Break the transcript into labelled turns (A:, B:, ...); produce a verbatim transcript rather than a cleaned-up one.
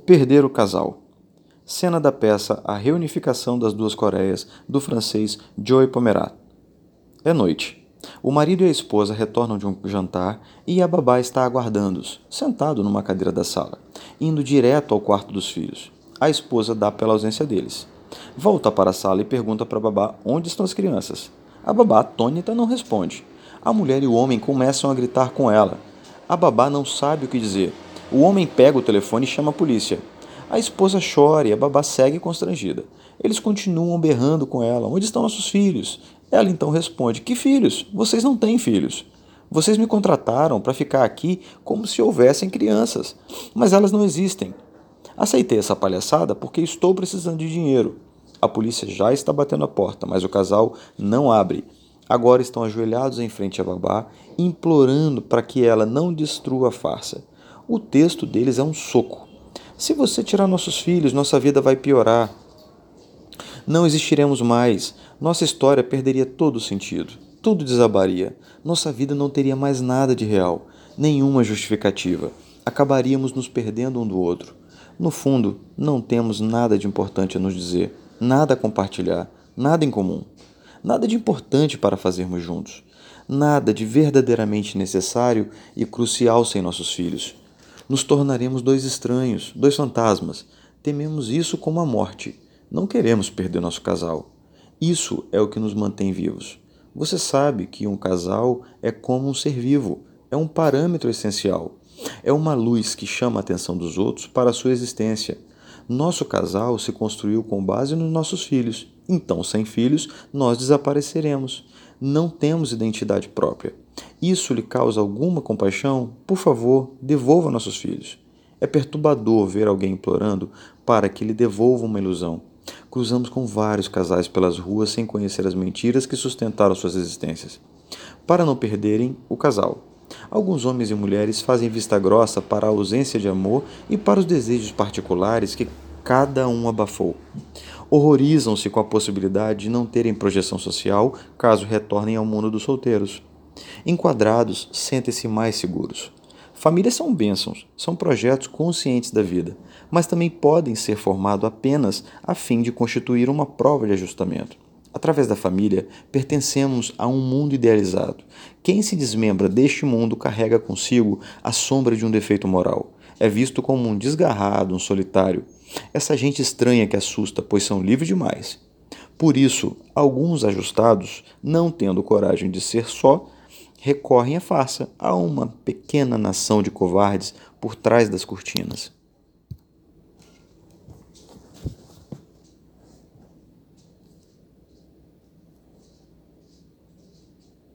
A: Perder o casal. Cena da peça A Reunificação das Duas Coreias, do francês Joy Pomerat. É noite. O marido e a esposa retornam de um jantar e a babá está aguardando-os, sentado numa cadeira da sala, indo direto ao quarto dos filhos. A esposa dá pela ausência deles. Volta para a sala e pergunta para a babá onde estão as crianças. A babá, atônita, não responde. A mulher e o homem começam a gritar com ela. A babá não sabe o que dizer. O homem pega o telefone e chama a polícia. A esposa chora e a babá segue constrangida. Eles continuam berrando com ela. Onde estão nossos filhos? Ela então responde: que filhos? Vocês não têm filhos. Vocês me contrataram para ficar aqui como se houvessem crianças, mas elas não existem. Aceitei essa palhaçada porque estou precisando de dinheiro. A polícia já está batendo a porta, mas o casal não abre. Agora estão ajoelhados em frente à babá, implorando para que ela não destrua a farsa. O texto deles é um soco. Se você tirar nossos filhos, nossa vida vai piorar. Não existiremos mais. Nossa história perderia todo o sentido. Tudo desabaria. Nossa vida não teria mais nada de real, nenhuma justificativa. Acabaríamos nos perdendo um do outro. No fundo, não temos nada de importante a nos dizer, nada a compartilhar, nada em comum. Nada de importante para fazermos juntos. Nada de verdadeiramente necessário e crucial sem nossos filhos. Nos tornaremos dois estranhos, dois fantasmas. Tememos isso como a morte. Não queremos perder nosso casal. Isso é o que nos mantém vivos. Você sabe que um casal é como um ser vivo, é um parâmetro essencial. É uma luz que chama a atenção dos outros para a sua existência. Nosso casal se construiu com base nos nossos filhos. Então, sem filhos, nós desapareceremos. Não temos identidade própria. Isso lhe causa alguma compaixão? Por favor, devolva nossos filhos. É perturbador ver alguém implorando para que lhe devolva uma ilusão. Cruzamos com vários casais pelas ruas sem conhecer as mentiras que sustentaram suas existências. Para não perderem o casal. Alguns homens e mulheres fazem vista grossa para a ausência de amor e para os desejos particulares que cada um abafou. Horrorizam-se com a possibilidade de não terem projeção social caso retornem ao mundo dos solteiros. Enquadrados, sentem-se mais seguros. Famílias são bênçãos, são projetos conscientes da vida, mas também podem ser formados apenas a fim de constituir uma prova de ajustamento. Através da família, pertencemos a um mundo idealizado. Quem se desmembra deste mundo carrega consigo a sombra de um defeito moral. É visto como um desgarrado, um solitário. Essa gente estranha que assusta, pois são livres demais. Por isso, alguns ajustados, não tendo coragem de ser só, recorrem à farsa, a uma pequena nação de covardes por trás das cortinas.